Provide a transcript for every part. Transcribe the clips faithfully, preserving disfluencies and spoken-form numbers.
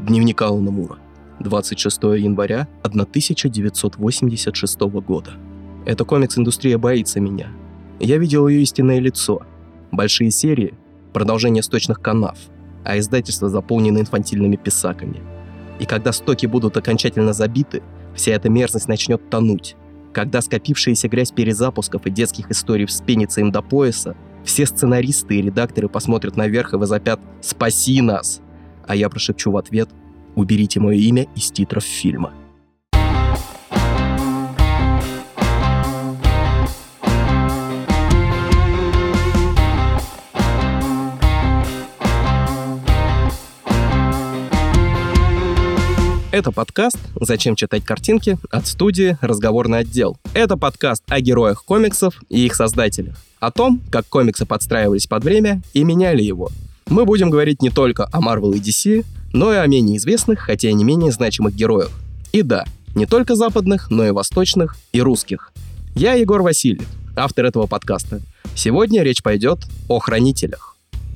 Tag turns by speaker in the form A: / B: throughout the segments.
A: Дневник Алана Мура. двадцать шестого января тысяча девятьсот восемьдесят шестого года. Эта комикс-индустрия боится меня. Я видел ее истинное лицо. Большие серии, продолжение сточных канав, а издательства заполнены инфантильными писаками. И когда стоки будут окончательно забиты, вся эта мерзость начнет тонуть. Когда скопившаяся грязь перезапусков и детских историй вспенится им до пояса, все сценаристы и редакторы посмотрят наверх и возопят «Спаси нас!», а я прошепчу в ответ «Уберите мое имя из титров фильма». Это подкаст «Зачем читать картинки» от студии «Разговорный отдел». Это подкаст о героях комиксов и их создателях. О том, как комиксы подстраивались под время и меняли его. Мы будем говорить не только о Marvel и ди си, но и о менее известных, хотя и не менее значимых героях. И да, не только западных, но и восточных, и русских. Я Егор Васильев, автор этого подкаста. Сегодня речь пойдет о хранителях.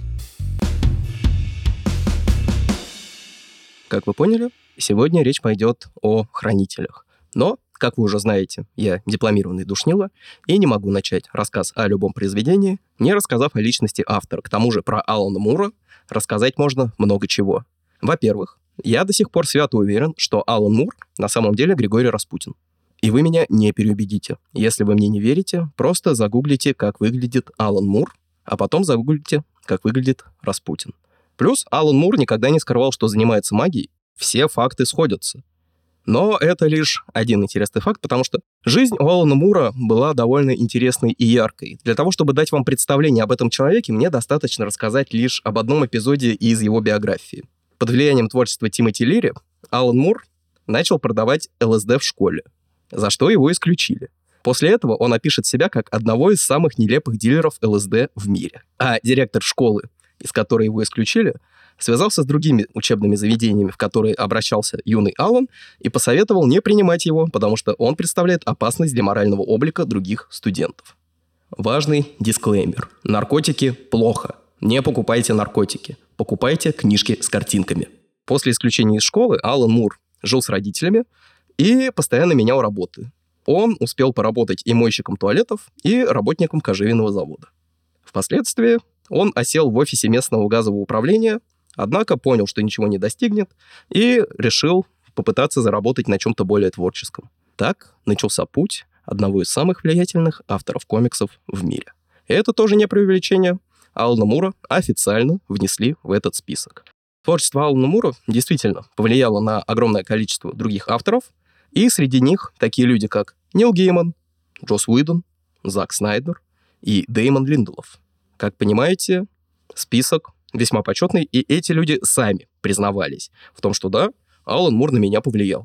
A: Как вы поняли, сегодня речь пойдет о хранителях. Но, как вы уже знаете, я дипломированный душнило и не могу начать рассказ о любом произведении, не рассказав о личности автора. К тому же про Алана Мура рассказать можно много чего. Во-первых, я до сих пор свято уверен, что Алан Мур на самом деле Григорий Распутин. И вы меня не переубедите. Если вы мне не верите, просто загуглите, как выглядит Алан Мур, а потом загуглите, как выглядит Распутин. Плюс Алан Мур никогда не скрывал, что занимается магией. Все факты сходятся. Но это лишь один интересный факт, потому что жизнь у Алана Мура была довольно интересной и яркой. Для того, чтобы дать вам представление об этом человеке, мне достаточно рассказать лишь об одном эпизоде из его биографии. Под влиянием творчества Тимоти Лири Алан Мур начал продавать эл эс ди в школе, за что его исключили. После этого он опишет себя как одного из самых нелепых дилеров эл эс ди в мире. А директор школы, из которой его исключили, связался с другими учебными заведениями, в которые обращался юный Алан, и посоветовал не принимать его, потому что он представляет опасность для морального облика других студентов. Важный дисклеймер. Наркотики плохо. Не покупайте наркотики. Покупайте книжки с картинками. После исключения из школы Алан Мур жил с родителями и постоянно менял работы. Он успел поработать и мойщиком туалетов, и работником кожевенного завода. Впоследствии он осел в офисе местного газового управления, однако понял, что ничего не достигнет, и решил попытаться заработать на чем-то более творческом. Так начался путь одного из самых влиятельных авторов комиксов в мире. И это тоже не преувеличение. Алана Мура официально внесли в этот список. Творчество Алана Мура действительно повлияло на огромное количество других авторов, и среди них такие люди, как Нил Гейман, Джосс Уидон, Зак Снайдер и Дэймон Линделов. Как понимаете, список весьма почетный, и эти люди сами признавались в том, что да, Алан Мур на меня повлиял.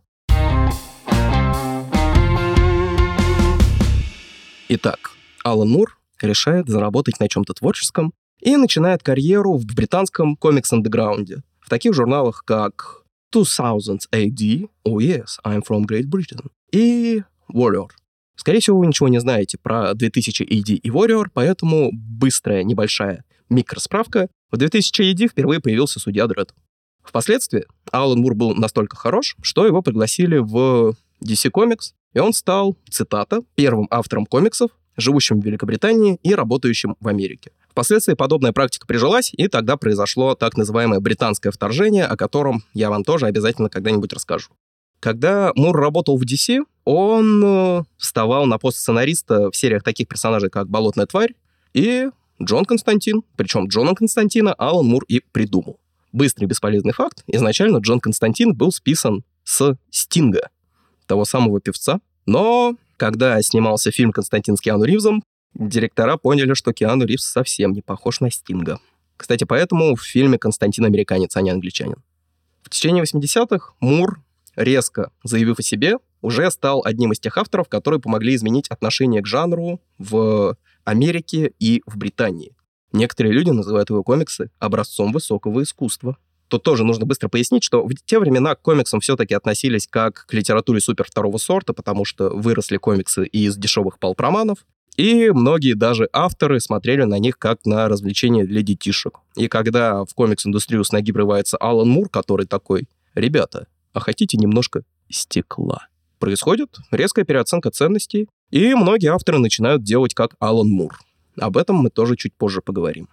A: Итак, Алан Мур решает заработать на чем-то творческом и начинает карьеру в британском комикс-андеграунде, в таких журналах, как two thousand эй ди, oh yes, I'm from Great Britain, и Warrior. Скорее всего, вы ничего не знаете про две тысячи эй ди и Warrior, поэтому быстрая, небольшая микросправка. В две тысячи эй ди впервые появился судья Дред. Впоследствии Алан Мур был настолько хорош, что его пригласили в ди си Comics, и он стал, цитата, первым автором комиксов, живущим в Великобритании и работающим в Америке. Впоследствии подобная практика прижилась, и тогда произошло так называемое британское вторжение, о котором я вам тоже обязательно когда-нибудь расскажу. Когда Мур работал в ди си, он вставал на пост сценариста в сериях таких персонажей, как «Болотная тварь» и Джон Константин. Причем Джона Константина Алан Мур и придумал. Быстрый бесполезный факт. Изначально Джон Константин был списан с Стинга, того самого певца. Но когда снимался фильм «Константин» с Киану Ривзом, директора поняли, что Киану Ривз совсем не похож на Стинга. Кстати, поэтому в фильме «Константин» американец, а не англичанин. В течение восьмидесятых Мур, резко заявив о себе, уже стал одним из тех авторов, которые помогли изменить отношение к жанру в Америке и в Британии. Некоторые люди называют его комиксы образцом высокого искусства. Тут тоже нужно быстро пояснить, что в те времена к комиксам все-таки относились как к литературе супер второго сорта, потому что выросли комиксы из дешевых палп-романов, и многие даже авторы смотрели на них как на развлечение для детишек. И когда в комикс-индустрию с ноги врывается Алан Мур, который такой ребята, а хотите немножко стекла? Происходит резкая переоценка ценностей, и многие авторы начинают делать как Алан Мур. Об этом мы тоже чуть позже поговорим.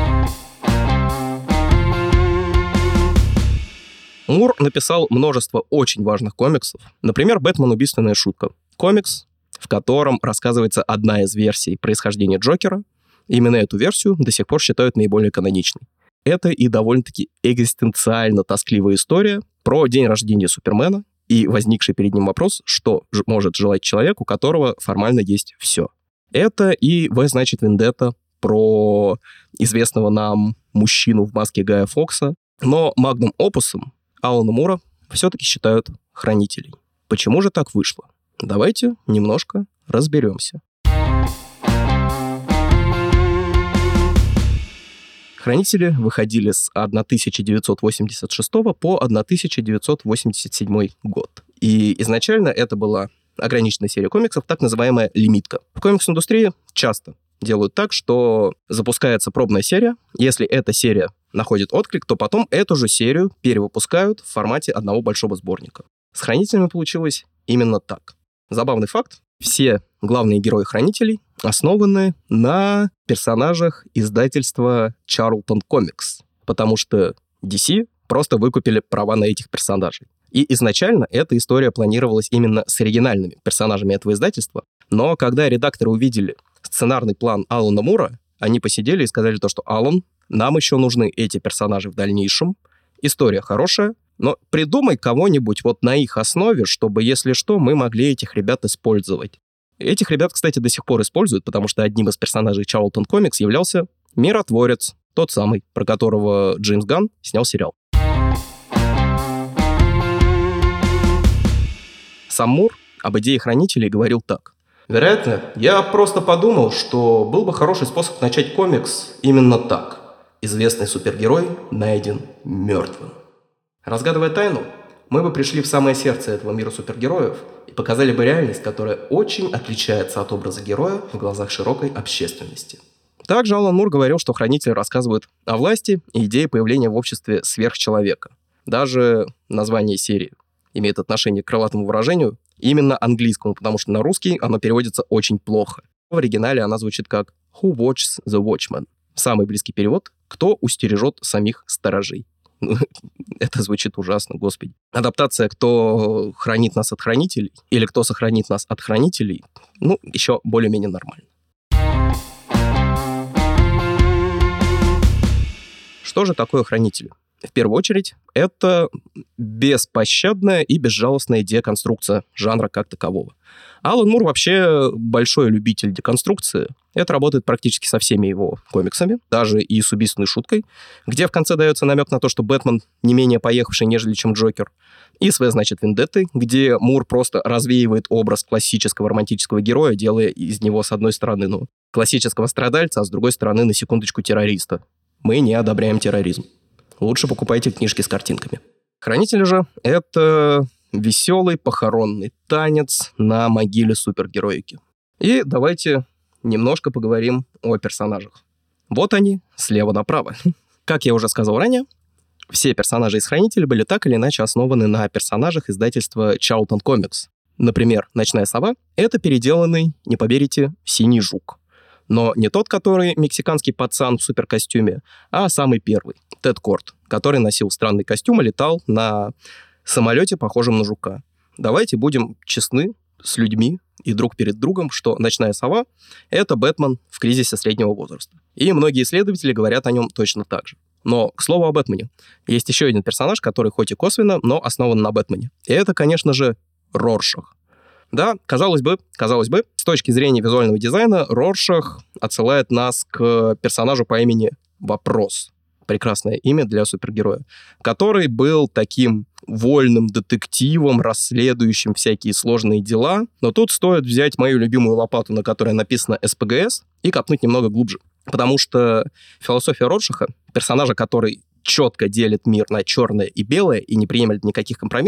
A: Мур написал множество очень важных комиксов. Например, «Бэтмен. Убийственная шутка». Комикс, в котором рассказывается одна из версий происхождения Джокера. Именно эту версию до сих пор считают наиболее каноничной. Это и довольно-таки экзистенциально тоскливая история про день рождения Супермена и возникший перед ним вопрос, что ж- может желать человек, у которого формально есть все. Это и «В, значит, Вендетта» про известного нам мужчину в маске Гая Фокса. Но магнум опусом Алана Мура все-таки считают «Хранителей». Почему же так вышло? Давайте немножко разберемся. «Хранители» выходили с тысяча девятьсот восемьдесят шестого по тысяча девятьсот восемьдесят седьмой год. И изначально это была ограниченная серия комиксов, так называемая лимитка. В комикс-индустрии часто делают так, что запускается пробная серия. Если эта серия находит отклик, то потом эту же серию перевыпускают в формате одного большого сборника. С «Хранителями» получилось именно так. Забавный факт. Все главные герои «Хранителей» основаны на персонажах издательства Charlton Comics, потому что ди си просто выкупили права на этих персонажей. И изначально эта история планировалась именно с оригинальными персонажами этого издательства, но когда редакторы увидели сценарный план Алана Мура, они посидели и сказали то, что «Алан, нам еще нужны эти персонажи в дальнейшем, история хорошая, но придумай кого-нибудь вот на их основе, чтобы, если что, мы могли этих ребят использовать». Этих ребят, кстати, до сих пор используют, потому что одним из персонажей Charlton Comics являлся Миротворец, тот самый, про которого Джеймс Ганн снял сериал. Сам Мур об идее «Хранителей» говорил так. «Вероятно, я просто подумал, что был бы хороший способ начать комикс именно так. Известный супергерой найден мертвым. Разгадывая тайну, мы бы пришли в самое сердце этого мира супергероев и показали бы реальность, которая очень отличается от образа героя в глазах широкой общественности». Также Алан Мур говорил, что «Хранители» рассказывают о власти и идее появления в обществе сверхчеловека. Даже название серии имеет отношение к крылатому выражению, именно английскому, потому что на русский оно переводится очень плохо. В оригинале она звучит как «Who watches the watchman?» Самый близкий перевод «Кто устережет самих сторожей?» Это звучит ужасно, господи. Адаптация «Кто хранит нас от хранителей» или «Кто сохранит нас от хранителей» ну, еще более-менее нормально. Что же такое «Хранители»? В первую очередь, это беспощадная и безжалостная деконструкция жанра как такового. Алан Мур вообще большой любитель деконструкции. Это работает практически со всеми его комиксами, даже и с «Убийственной шуткой», где в конце дается намек на то, что Бэтмен не менее поехавший, нежели чем Джокер. И с «В, значит, Вендеттой», где Мур просто развеивает образ классического романтического героя, делая из него, с одной стороны, ну, классического страдальца, а с другой стороны, на секундочку, террориста. Мы не одобряем терроризм. Лучше покупайте книжки с картинками. «Хранители» же — это веселый похоронный танец на могиле супергероики. И давайте немножко поговорим о персонажах. Вот они, слева направо. Как я уже сказал ранее, все персонажи из «Хранителей» были так или иначе основаны на персонажах издательства Charlton Comics. Например, «Ночная сова» — это переделанный, не поверите, синий жук. Но не тот, который мексиканский пацан в суперкостюме, а самый первый, Тед Корт, который носил странный костюм и летал на самолете, похожем на жука. Давайте будем честны с людьми и друг перед другом, что «Ночная сова» — это Бэтмен в кризисе среднего возраста. И многие исследователи говорят о нем точно так же. Но, к слову о Бэтмене, есть еще один персонаж, который хоть и косвенно, но основан на Бэтмене. И это, конечно же, Роршах. Да, казалось бы, казалось бы, с точки зрения визуального дизайна, Роршах отсылает нас к персонажу по имени Вопрос. Прекрасное имя для супергероя, который был таким вольным детективом, расследующим всякие сложные дела. Но тут стоит взять мою любимую лопату, на которой написано эс пэ гэ эс, и копнуть немного глубже. Потому что философия Роршаха, персонажа, который четко делит мир на черное и белое и не приемлет никаких компромиссов,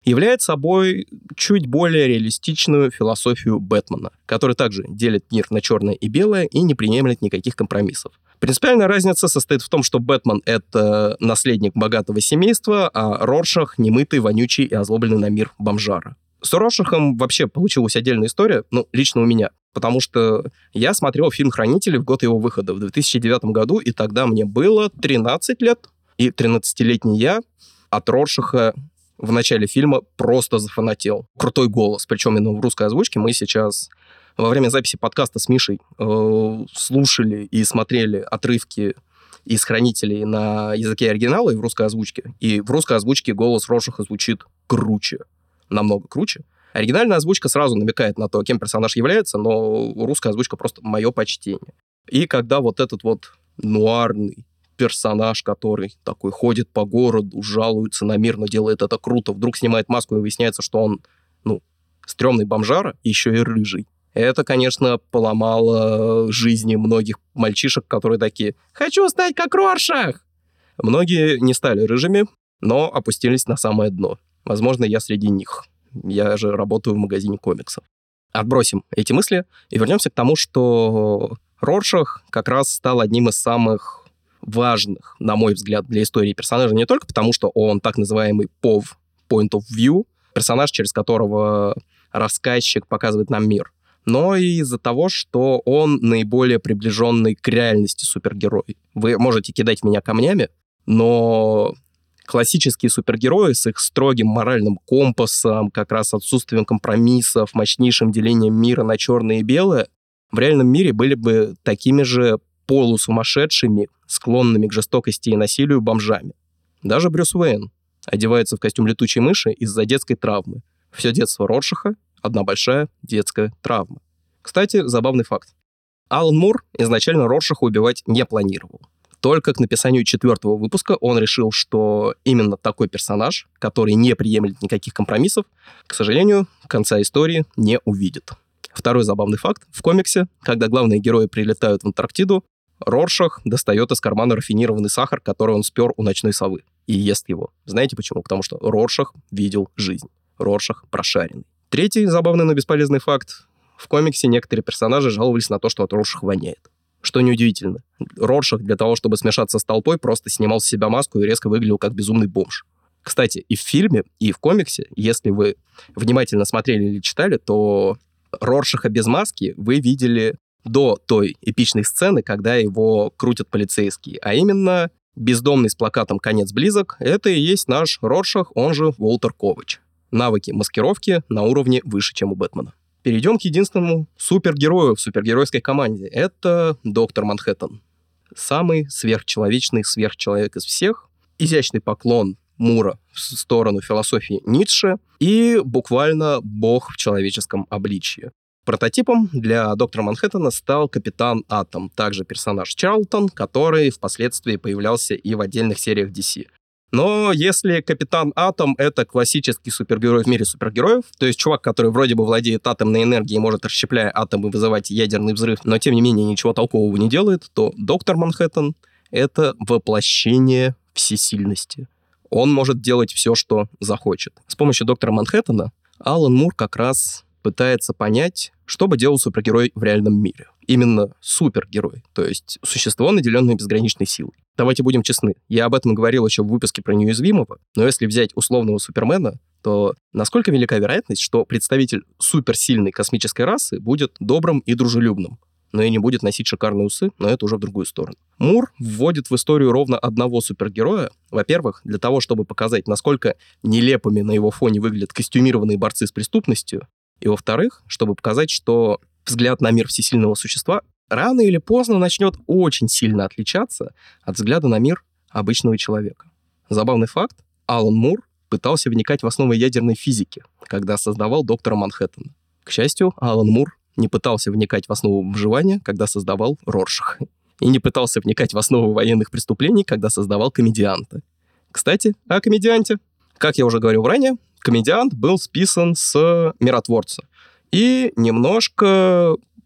A: является собой чуть более реалистичную философию Бэтмена, который также делит мир на черное и белое и не приемлет никаких компромиссов. Принципиальная разница состоит в том, что Бэтмен — это наследник богатого семейства, а Роршах — немытый, вонючий и озлобленный на мир бомжара. С Роршахом вообще получилась отдельная история, ну, лично у меня, потому что я смотрел фильм «Хранители» в год его выхода, в две тысячи девятом году, и тогда мне было тринадцать лет, и тринадцатилетний я от Роршаха в начале фильма просто зафанател. Крутой голос, причем именно в русской озвучке. Мы сейчас во время записи подкаста с Мишей э, слушали и смотрели отрывки из «Хранителей» на языке оригинала и в русской озвучке. И в русской озвучке голос Роршаха звучит круче, намного круче. Оригинальная озвучка сразу намекает на то, кем персонаж является, но русская озвучка просто мое почтение. И когда вот этот вот нуарный персонаж, который такой ходит по городу, жалуется на мир, но делает это круто, вдруг снимает маску и выясняется, что он, ну, стрёмный бомжара, еще и рыжий. Это, конечно, поломало жизни многих мальчишек, которые такие: «Хочу стать как Роршах!» Многие не стали рыжими, но опустились на самое дно. Возможно, я среди них. Я же работаю в магазине комиксов. Отбросим эти мысли и вернемся к тому, что Роршах как раз стал одним из самых важных, на мой взгляд, для истории персонажа не только потому, что он так называемый пов, point of view, персонаж, через которого рассказчик показывает нам мир, но и из-за того, что он наиболее приближенный к реальности супергерой. Вы можете кидать в меня камнями, но классические супергерои с их строгим моральным компасом, как раз отсутствием компромиссов, мощнейшим делением мира на черное и белое, в реальном мире были бы такими же полусумасшедшими, склонными к жестокости и насилию бомжами. Даже Брюс Уэйн одевается в костюм летучей мыши из-за детской травмы. Все детство Роршаха — одна большая детская травма. Кстати, забавный факт. Алан Мур изначально Роршаха убивать не планировал. Только к написанию четвертого выпуска он решил, что именно такой персонаж, который не приемлет никаких компромиссов, к сожалению, конца истории не увидит. Второй забавный факт. В комиксе, когда главные герои прилетают в Антарктиду, Роршах достает из кармана рафинированный сахар, который он спер у ночной совы, и ест его. Знаете почему? Потому что Роршах видел жизнь. Роршах прошаренный. Третий забавный, но бесполезный факт. В комиксе некоторые персонажи жаловались на то, что от Роршаха воняет. Что неудивительно. Роршах для того, чтобы смешаться с толпой, просто снимал с себя маску и резко выглядел как безумный бомж. Кстати, и в фильме, и в комиксе, если вы внимательно смотрели или читали, то Роршаха без маски вы видели до той эпичной сцены, когда его крутят полицейские. А именно, бездомный с плакатом «Конец близок» — это и есть наш Роршах, он же Уолтер Ковач. Навыки маскировки на уровне выше, чем у Бэтмена. Перейдем к единственному супергерою в супергеройской команде. Это доктор Манхэттен. Самый сверхчеловечный сверхчеловек из всех. Изящный поклон Мура в сторону философии Ницше и буквально бог в человеческом обличье. Прототипом для доктора Манхэттена стал Капитан Атом, также персонаж Чарлтон, который впоследствии появлялся и в отдельных сериях ди си. Но если Капитан Атом — это классический супергерой в мире супергероев, то есть чувак, который вроде бы владеет атомной энергией, может, расщепляя атомы, вызывать ядерный взрыв, но тем не менее ничего толкового не делает, то доктор Манхэттен — это воплощение всесильности. Он может делать все, что захочет. С помощью доктора Манхэттена Алан Мур как раз пытается понять, что бы делал супергерой в реальном мире. Именно супергерой, то есть существо, наделенное безграничной силой. Давайте будем честны, я об этом говорил еще в выпуске про неуязвимого, но если взять условного Супермена, то насколько велика вероятность, что представитель суперсильной космической расы будет добрым и дружелюбным, но и не будет носить шикарные усы, но это уже в другую сторону. Мур вводит в историю ровно одного супергероя, во-первых, для того, чтобы показать, насколько нелепыми на его фоне выглядят костюмированные борцы с преступностью, и, во-вторых, чтобы показать, что взгляд на мир всесильного существа рано или поздно начнет очень сильно отличаться от взгляда на мир обычного человека. Забавный факт. Алан Мур пытался вникать в основы ядерной физики, когда создавал доктора Манхэттена. К счастью, Алан Мур не пытался вникать в основу выживания, когда создавал Роршаха. И не пытался вникать в основу военных преступлений, когда создавал комедианта. Кстати, о комедианте. Как я уже говорил ранее, комедиант был списан с миротворца. И немножко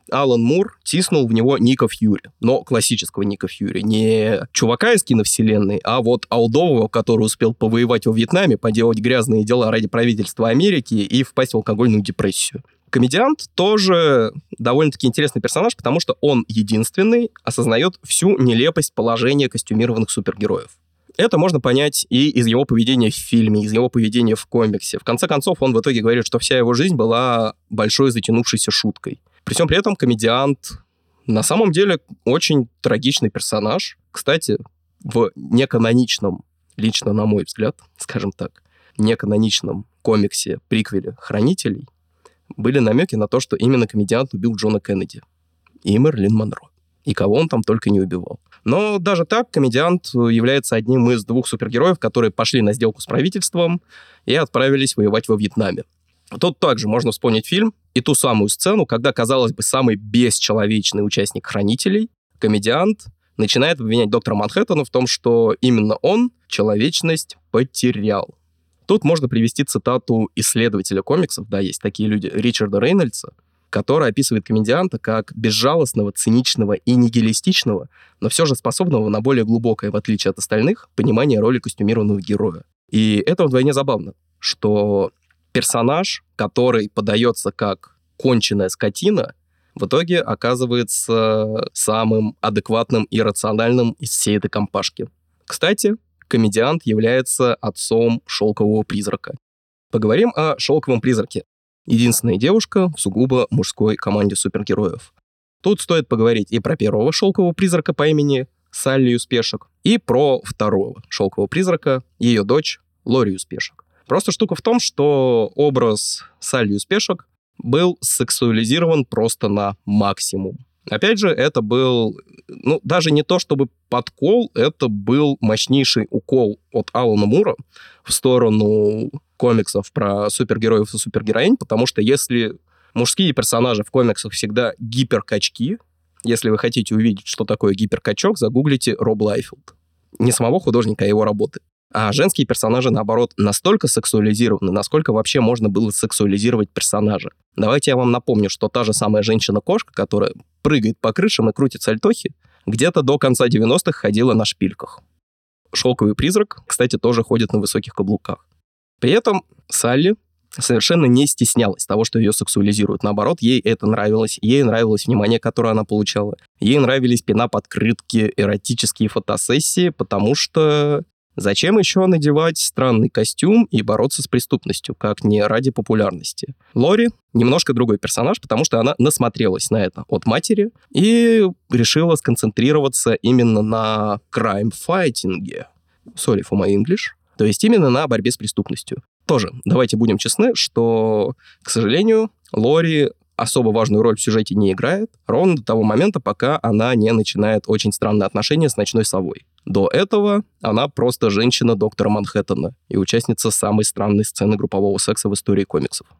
A: Алан Мур тиснул в него Ника Фьюри, но классического Ника Фьюри, не чувака из киновселенной, а вот олдового, который успел повоевать во Вьетнаме, поделать грязные дела ради правительства Америки и впасть в алкогольную депрессию. Комедиант тоже довольно-таки интересный персонаж, потому что он единственный осознает всю нелепость положения костюмированных супергероев. Это можно понять и из его поведения в фильме, из его поведения в комиксе. В конце концов, он в итоге говорит, что вся его жизнь была большой затянувшейся шуткой. При всем при этом комедиант на самом деле очень трагичный персонаж. Кстати, в неканоничном, лично на мой взгляд, скажем так, неканоничном комиксе, приквеле «Хранителей» были намеки на то, что именно комедиант убил Джона Кеннеди и Мерлин Монро. И кого он там только не убивал. Но даже так комедиант является одним из двух супергероев, которые пошли на сделку с правительством и отправились воевать во Вьетнаме. Тут также можно вспомнить фильм и ту самую сцену, когда, казалось бы, самый бесчеловечный участник «Хранителей», комедиант, начинает обвинять доктора Манхэттена в том, что именно он человечность потерял. Тут можно привести цитату исследователя комиксов, да, есть такие люди, Ричарда Рейнольдса, который описывает комедианта как безжалостного, циничного и нигилистичного, но все же способного на более глубокое, в отличие от остальных, понимание роли костюмированного героя. И это вдвойне забавно, что персонаж, который подается как конченая скотина, в итоге оказывается самым адекватным и рациональным из всей этой компашки. Кстати, комедиант является отцом шелкового призрака. Поговорим о шелковом призраке. Единственная девушка в сугубо мужской команде супергероев. Тут стоит поговорить и про первого шелкового призрака по имени Салли Успешек, и про второго шелкового призрака, ее дочь Лори Успешек. Просто штука в том, что образ Салли Успешек был сексуализирован просто на максимум. Опять же, это был, ну, даже не то чтобы подкол, это был мощнейший укол от Алана Мура в сторону комиксов про супергероев и супергероинь, потому что если мужские персонажи в комиксах всегда гиперкачки, если вы хотите увидеть, что такое гиперкачок, загуглите Роб Лайфилд. Не самого художника, а его работы. А женские персонажи, наоборот, настолько сексуализированы, насколько вообще можно было сексуализировать персонажа. Давайте я вам напомню, что та же самая женщина-кошка, которая прыгает по крышам и крутит сальтохи, где-то до конца девяностых ходила на шпильках. Шелковый призрак, кстати, тоже ходит на высоких каблуках. При этом Салли совершенно не стеснялась того, что ее сексуализируют. Наоборот, ей это нравилось. Ей нравилось внимание, которое она получала. Ей нравились пинап-открытки, эротические фотосессии, потому что зачем еще надевать странный костюм и бороться с преступностью, как не ради популярности? Лори немножко другой персонаж, потому что она насмотрелась на это от матери и решила сконцентрироваться именно на крайм-файтинге. Sorry for my English. То есть именно на борьбе с преступностью. Тоже, давайте будем честны, что, к сожалению, Лори особо важную роль в сюжете не играет, ровно до того момента, пока она не начинает очень странные отношения с Ночной Совой. До этого она просто женщина доктора Манхэттена и участница самой странной сцены группового секса в истории комиксов.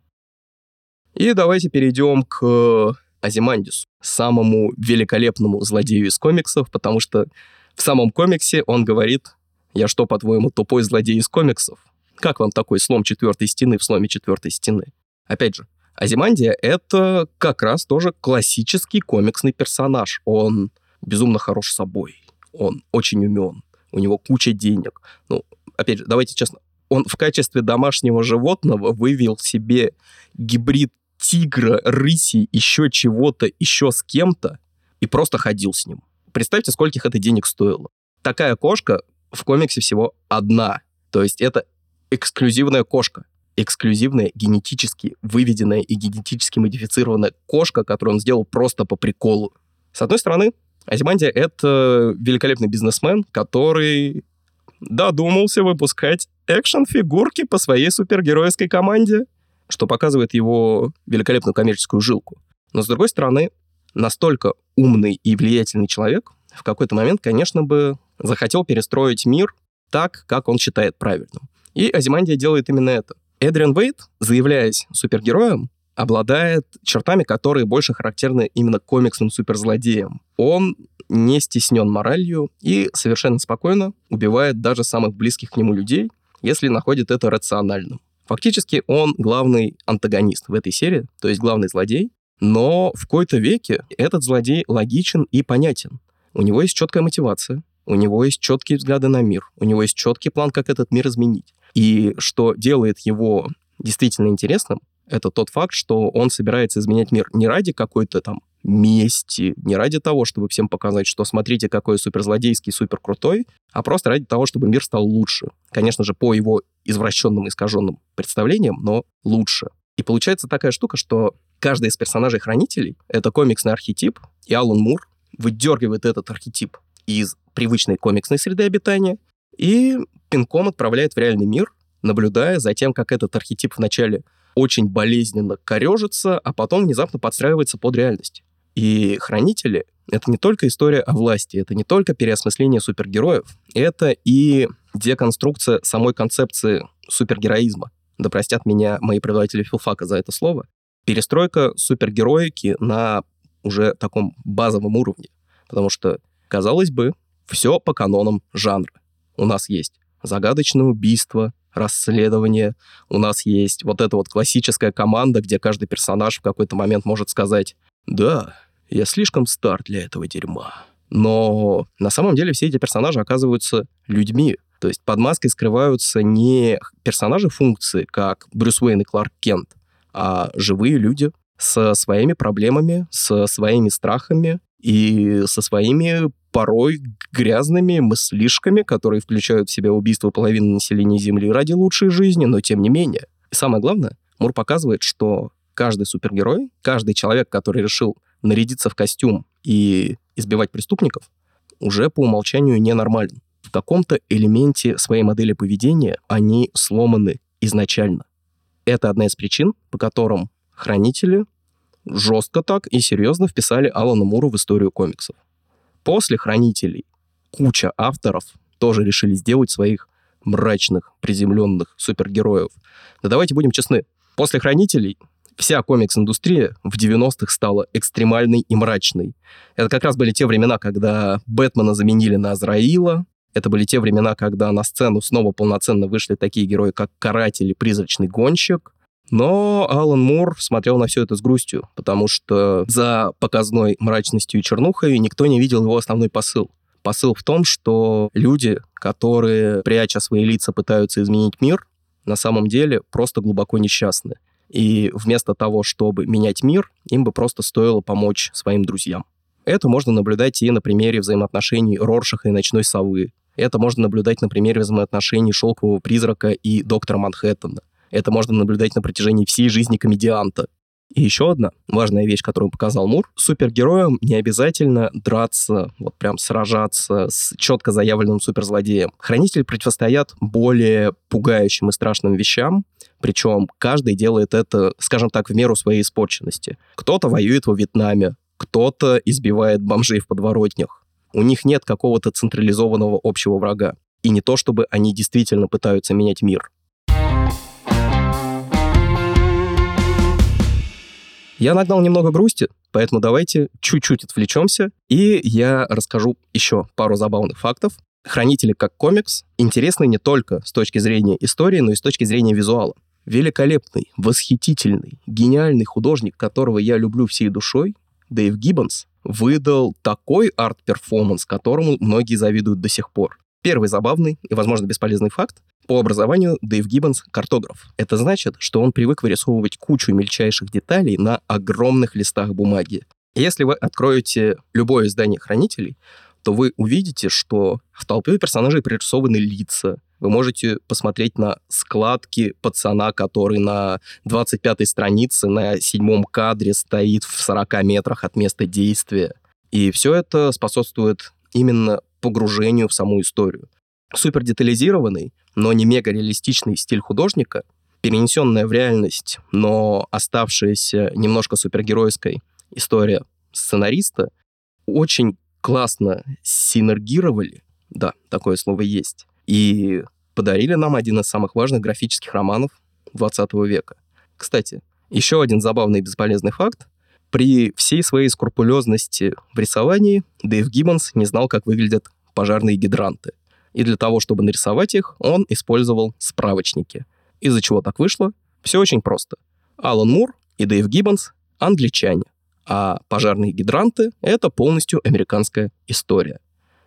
A: И давайте перейдем к Азимандису, самому великолепному злодею из комиксов, потому что в самом комиксе он говорит: «Я что, по-твоему, тупой злодей из комиксов? Как вам такой слом четвертой стены в сломе четвертой стены?» Опять же, Азимандия — это как раз тоже классический комиксный персонаж. Он безумно хорош собой, он очень умен, у него куча денег. Ну, опять же, давайте честно, он в качестве домашнего животного вывел себе гибрид тигра, рыси, еще чего-то, еще с кем-то, и просто ходил с ним. Представьте, скольких это денег стоило. Такая кошка в комиксе всего одна. То есть это эксклюзивная кошка. Эксклюзивная, генетически выведенная и генетически модифицированная кошка, которую он сделал просто по приколу. С одной стороны, Азимандия — это великолепный бизнесмен, который додумался выпускать экшн-фигурки по своей супергеройской команде, что показывает его великолепную коммерческую жилку. Но, с другой стороны, настолько умный и влиятельный человек в какой-то момент, конечно, бы захотел перестроить мир так, как он считает правильным. И Азимандия делает именно это. Эдриан Вейд, заявляясь супергероем, обладает чертами, которые больше характерны именно комиксным суперзлодеям. Он не стеснен моралью и совершенно спокойно убивает даже самых близких к нему людей, если находит это рациональным. Фактически он главный антагонист в этой серии, то есть главный злодей, Но в кои-то веке этот злодей логичен и понятен. У него есть четкая мотивация, у него есть четкие взгляды на мир, у него есть четкий план, как этот мир изменить. И что делает его действительно интересным, это тот факт, что он собирается изменять мир не ради какой-то там мести, не ради того, чтобы всем показать, что смотрите, какой суперзлодейский, суперкрутой, а просто ради того, чтобы мир стал лучше. Конечно же, по его извращенным, искаженным представлениям, но лучше. И получается такая штука, что каждый из персонажей Хранителей — это комиксный архетип, и Алан Мур выдергивает этот архетип из привычной комиксной среды обитания и пинком отправляет в реальный мир, наблюдая за тем, как этот архетип вначале очень болезненно корежится, а потом внезапно подстраивается под реальность. И «Хранители» — это не только история о власти, это не только переосмысление супергероев, это и деконструкция самой концепции супергероизма. Да простят меня мои преподаватели филфака за это слово. Перестройка супергероики на уже таком базовом уровне. Потому что, казалось бы, все по канонам жанра. У нас есть загадочное убийство, расследование, у нас есть вот эта вот классическая команда, где каждый персонаж в какой-то момент может сказать: «Да, я слишком стар для этого дерьма». Но на самом деле все эти персонажи оказываются людьми. То есть под маской скрываются не персонажи функции, как Брюс Уэйн и Кларк Кент, а живые люди со своими проблемами, со своими страхами и со своими порой грязными мыслишками, которые включают в себя убийство половины населения Земли ради лучшей жизни, но тем не менее. И самое главное, Мур показывает, что каждый супергерой, каждый человек, который решил нарядиться в костюм и избивать преступников, уже по умолчанию ненормален. В каком-то элементе своей модели поведения они сломаны изначально. Это одна из причин, по которым Хранители жестко так и серьезно вписали Алана Мура в историю комиксов. После Хранителей куча авторов тоже решили сделать своих мрачных, приземленных супергероев. Да давайте будем честны. После Хранителей вся комикс-индустрия в девяностых стала экстремальной и мрачной. Это как раз были те времена, когда Бэтмена заменили на Азраила. Это были те времена, когда на сцену снова полноценно вышли такие герои, как Каратель и Призрачный Гонщик. Но Алан Мур смотрел на все это с грустью, потому что за показной мрачностью и чернухой никто не видел его основной посыл. Посыл в том, что люди, которые, пряча свои лица, пытаются изменить мир, на самом деле просто глубоко несчастны. И вместо того, чтобы менять мир, им бы просто стоило помочь своим друзьям. Это можно наблюдать и на примере взаимоотношений Роршаха и Ночной Совы. Это можно наблюдать на примере взаимоотношений Шелкового Призрака и Доктора Манхэттена. Это можно наблюдать на протяжении всей жизни комедианта. И еще одна важная вещь, которую показал Мур. Супергероям не обязательно драться, вот прям сражаться с четко заявленным суперзлодеем. Хранители противостоят более пугающим и страшным вещам, причем каждый делает это, скажем так, в меру своей испорченности. Кто-то воюет во Вьетнаме, кто-то избивает бомжей в подворотнях. У них нет какого-то централизованного общего врага. И не то, чтобы они действительно пытаются менять мир. Я нагнал немного грусти, поэтому давайте чуть-чуть отвлечемся, и я расскажу еще пару забавных фактов. «Хранители» как комикс интересны не только с точки зрения истории, но и с точки зрения визуала. Великолепный, восхитительный, гениальный художник, которого я люблю всей душой, Дэйв Гиббонс, выдал такой арт-перформанс, которому многие завидуют до сих пор. Первый забавный и, возможно, бесполезный факт. По образованию Дэйв Гиббонс — картограф. Это значит, что он привык вырисовывать кучу мельчайших деталей на огромных листах бумаги. Если вы откроете любое издание «Хранителей», то вы увидите, что в толпе персонажей пририсованы лица. Вы можете посмотреть на складки пацана, который на двадцать пятой странице на седьмом кадре стоит в сорока метрах от места действия. И все это способствует именно погружению в саму историю. Супер детализированный, но не мега реалистичный стиль художника, перенесенная в реальность, но оставшаяся немножко супергеройской история сценариста очень классно синергировали, да, такое слово есть, и подарили нам один из самых важных графических романов двадцатого века. Кстати, еще один забавный и бесполезный факт. При всей своей скрупулезности в рисовании Дэйв Гиббонс не знал, как выглядят пожарные гидранты. И для того, чтобы нарисовать их, он использовал справочники. Из-за чего так вышло? Все очень просто. Алан Мур и Дэйв Гиббонс англичане, а пожарные гидранты — это полностью американская история.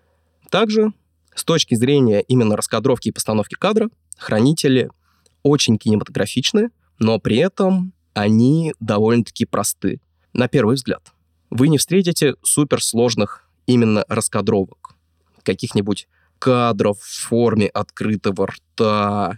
A: Также, с точки зрения именно раскадровки и постановки кадра, «Хранители» очень кинематографичны, но при этом они довольно-таки просты. На первый взгляд. Вы не встретите суперсложных именно раскадровок. Каких-нибудь кадров в форме открытого рта,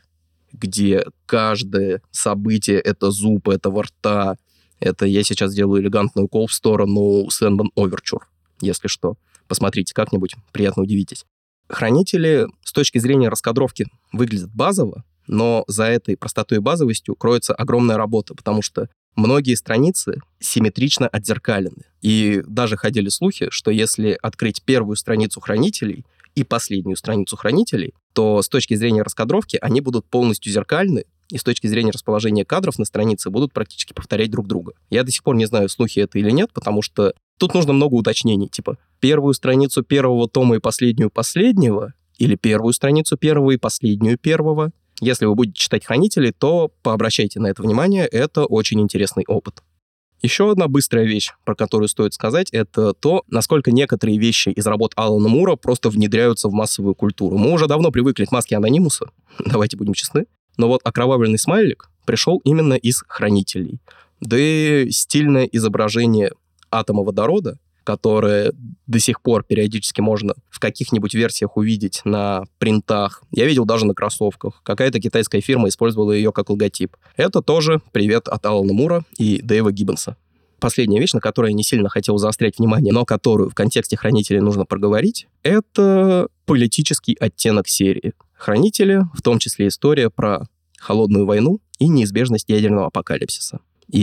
A: где каждое событие — это зуб этого рта. Это я сейчас делаю элегантный укол в сторону Сэндман Оверчур, если что. Посмотрите как-нибудь, приятно удивитесь. «Хранители» с точки зрения раскадровки выглядят базово, но за этой простотой и базовостью кроется огромная работа, потому что многие страницы симметрично отзеркалены. И даже ходили слухи, что если открыть первую страницу «Хранителей» и последнюю страницу «Хранителей», то с точки зрения раскадровки они будут полностью зеркальны, и с точки зрения расположения кадров на странице будут практически повторять друг друга. Я до сих пор не знаю, слухи это или нет, потому что тут нужно много уточнений, типа первую страницу первого тома и последнюю последнего, или первую страницу первого и последнюю первого. Если вы будете читать «Хранители», то пообращайте на это внимание, это очень интересный опыт. Еще одна быстрая вещь, про которую стоит сказать, это то, насколько некоторые вещи из работ Алана Мура просто внедряются в массовую культуру. Мы уже давно привыкли к маске Анонимуса, давайте будем честны, но вот окровавленный смайлик пришел именно из «Хранителей». Да и стильное изображение атома водорода, которое до сих пор периодически можно в каких-нибудь версиях увидеть на принтах. Я видел даже на кроссовках. Какая-то китайская фирма использовала ее как логотип. Это тоже привет от Алана Мура и Дэйва Гиббонса. Последняя вещь, на которую я не сильно хотел заострять внимание, но которую в контексте «Хранителей» нужно проговорить, это политический оттенок серии. «Хранители», в том числе история про холодную войну и неизбежность ядерного апокалипсиса.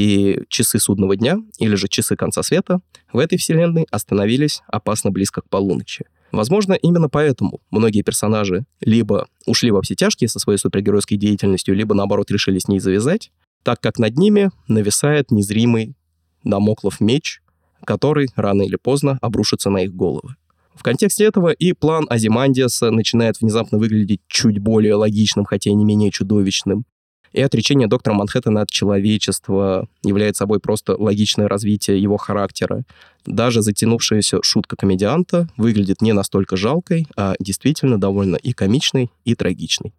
A: И часы судного дня, или же часы конца света, в этой вселенной остановились опасно близко к полуночи. Возможно, именно поэтому многие персонажи либо ушли во все тяжкие со своей супергеройской деятельностью, либо, наоборот, решили с ней завязать, так как над ними нависает незримый дамоклов меч, который рано или поздно обрушится на их головы. В контексте этого и план Азимандиаса начинает внезапно выглядеть чуть более логичным, хотя и не менее чудовищным. И отречение доктора Манхэттена от человечества является собой просто логичное развитие его характера. Даже затянувшаяся шутка комедианта выглядит не настолько жалкой, а действительно довольно и комичной, и трагичной.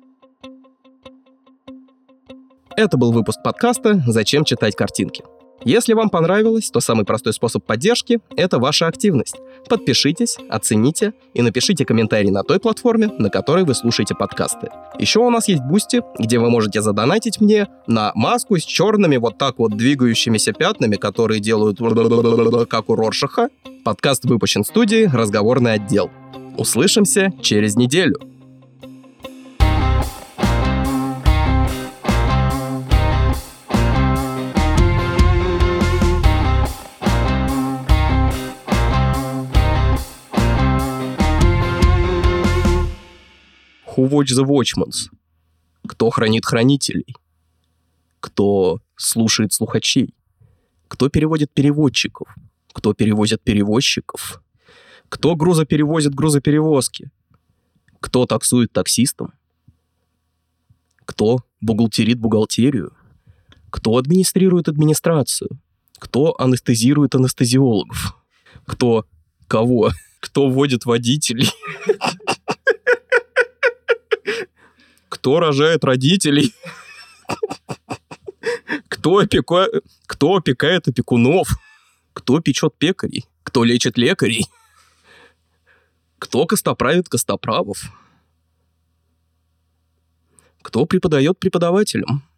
A: Это был выпуск подкаста «Зачем читать картинки?». Если вам понравилось, то самый простой способ поддержки — это ваша активность. Подпишитесь, оцените и напишите комментарий на той платформе, на которой вы слушаете подкасты. Еще у нас есть Boosty, где вы можете задонатить мне на маску с черными вот так вот двигающимися пятнами, которые делают как у Роршаха. Подкаст выпущен в студии «Разговорный отдел». Услышимся через неделю. Who watch the Watchmans? Кто хранит хранителей? Кто слушает слухачей? Кто переводит переводчиков? Кто перевозит перевозчиков? Кто грузоперевозит грузоперевозки? Кто таксует таксистам? Кто бухгалтерит бухгалтерию? Кто администрирует администрацию? Кто анестезирует анестезиологов? Кто кого? Кто водит водителей? Кто рожает родителей? Кто, опека... Кто опекает опекунов? Кто печет пекарей? Кто лечит лекарей? Кто костоправит костоправов? Кто преподает преподавателям?